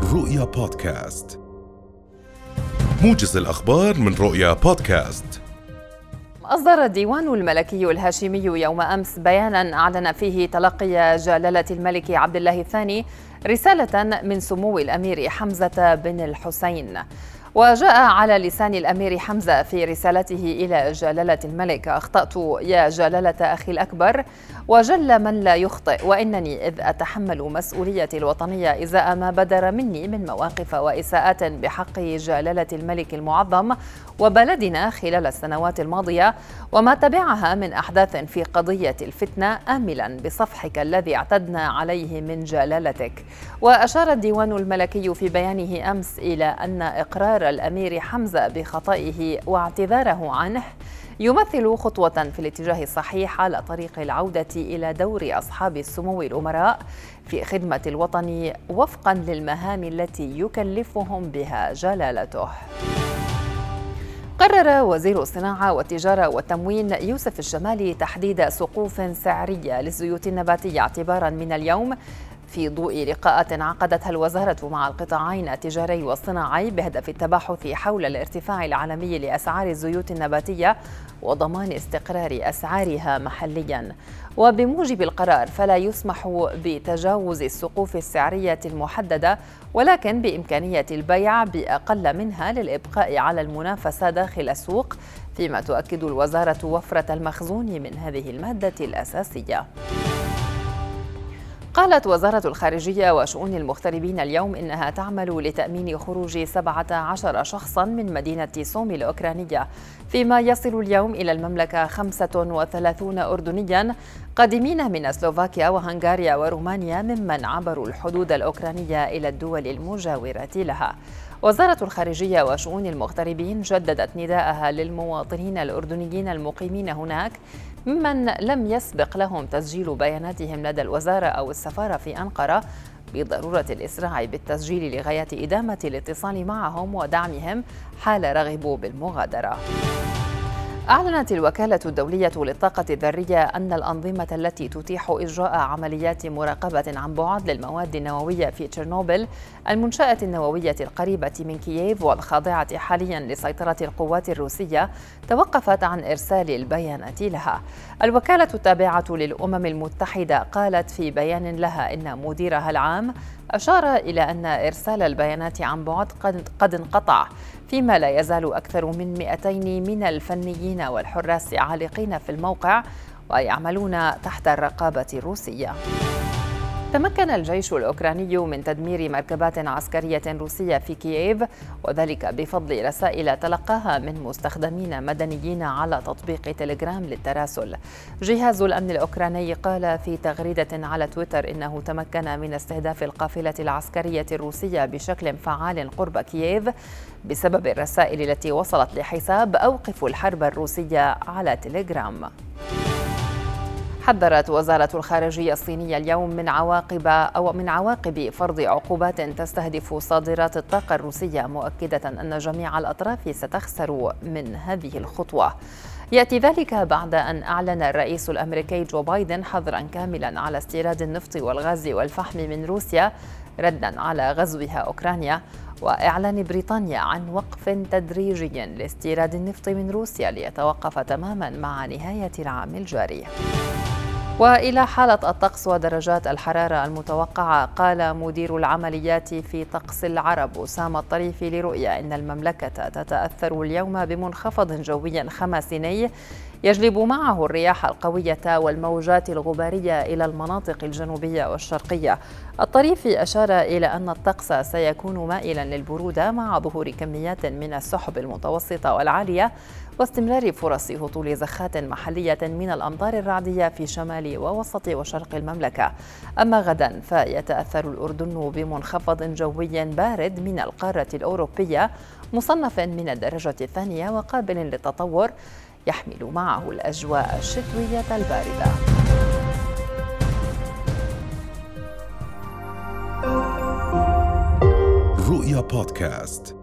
رؤيا بودكاست، موجز الأخبار من رؤيا بودكاست. أصدر الديوان الملكي الهاشمي يوم أمس بياناً أعلن فيه تلقي جلالة الملك عبد الله الثاني رسالة من سمو الأمير حمزة بن الحسين. وجاء على لسان الأمير حمزة في رسالته إلى جلالة الملك: أخطأت يا جلالة أخي الأكبر، وجل من لا يخطئ، وإنني إذ أتحمل مسؤوليتي الوطنية إزاء ما بدر مني من مواقف وإساءات بحق جلالة الملك المعظم وبلدنا خلال السنوات الماضية وما تبعها من أحداث في قضية الفتنة، آملا بصفحك الذي اعتدنا عليه من جلالتك. وأشار الديوان الملكي في بيانه أمس إلى أن إقرار الأمير حمزة بخطئه واعتذاره عنه يمثل خطوة في الاتجاه الصحيح على طريق العودة إلى دور أصحاب السمو الأمراء في خدمة الوطن وفقا للمهام التي يكلفهم بها جلالته. قرر وزير الصناعة والتجارة والتموين يوسف الشمالي تحديد سقوف سعرية للزيوت النباتية اعتبارا من اليوم، في ضوء لقاءات عقدتها الوزارة مع القطاعين التجاري والصناعي بهدف التباحث حول الارتفاع العالمي لأسعار الزيوت النباتية وضمان استقرار أسعارها محلياً. وبموجب القرار فلا يسمح بتجاوز السقوف السعرية المحددة، ولكن بإمكانية البيع بأقل منها للإبقاء على المنافسة داخل السوق، فيما تؤكد الوزارة وفرة المخزون من هذه المادة الأساسية. قالت وزارة الخارجية وشؤون المغتربين اليوم إنها تعمل لتأمين خروج 17 شخصاً من مدينة سومي الأوكرانية، فيما يصل اليوم إلى المملكة 35 أردنياً قادمين من سلوفاكيا وهنغاريا ورومانيا ممن عبروا الحدود الأوكرانية إلى الدول المجاورة لها. وزارة الخارجية وشؤون المغتربين جددت نداءها للمواطنين الأردنيين المقيمين هناك ممن لم يسبق لهم تسجيل بياناتهم لدى الوزارة أو السفارة في أنقرة بضرورة الإسراع بالتسجيل لغاية إدامة الاتصال معهم ودعمهم حال رغبوا بالمغادرة. أعلنت الوكالة الدولية للطاقة الذرية أن الأنظمة التي تتيح إجراء عمليات مراقبة عن بعد للمواد النووية في تشيرنوبل، المنشأة النووية القريبة من كييف والخاضعة حاليا لسيطرة القوات الروسية، توقفت عن إرسال البيانات لها. الوكالة التابعة للأمم المتحدة قالت في بيان لها إن مديرها العام أشار إلى أن إرسال البيانات عن بعد قد انقطع، فيما لا يزال أكثر من 200 من الفنيين والحراس عالقين في الموقع ويعملون تحت الرقابة الروسية. تمكن الجيش الأوكراني من تدمير مركبات عسكرية روسية في كييف، وذلك بفضل رسائل تلقاها من مستخدمين مدنيين على تطبيق تليجرام للتراسل. جهاز الأمن الأوكراني قال في تغريدة على تويتر إنه تمكن من استهداف القافلة العسكرية الروسية بشكل فعال قرب كييف بسبب الرسائل التي وصلت لحساب أوقفوا الحرب الروسية على تليجرام. حذرت وزارة الخارجية الصينية اليوم من عواقب فرض عقوبات تستهدف صادرات الطاقة الروسية، مؤكدة أن جميع الأطراف ستخسر من هذه الخطوة. يأتي ذلك بعد أن أعلن الرئيس الأمريكي جو بايدن حظرا كاملا على استيراد النفط والغاز والفحم من روسيا ردا على غزوها أوكرانيا، وإعلان بريطانيا عن وقف تدريجي لاستيراد النفط من روسيا ليتوقف تماما مع نهاية العام الجاري. وإلى حالة الطقس ودرجات الحرارة المتوقعة، قال مدير العمليات في طقس العرب أسامة الطريفي لرؤيا إن المملكة تتأثر اليوم بمنخفض جوي خماسيني يجلب معه الرياح القوية والموجات الغبارية إلى المناطق الجنوبية والشرقية. الطريفي أشار إلى أن الطقس سيكون مائلا للبرودة مع ظهور كميات من السحب المتوسطة والعالية واستمرار فرص هطول زخات محلية من الأمطار الرعدية في شمال ووسط وشرق المملكة. أما غدا فيتأثر الأردن بمنخفض جوي بارد من القارة الأوروبية مصنف من الدرجة الثانية وقابل للتطور، يحمل معه الأجواء الشتوية الباردة. رؤيا بودكاست.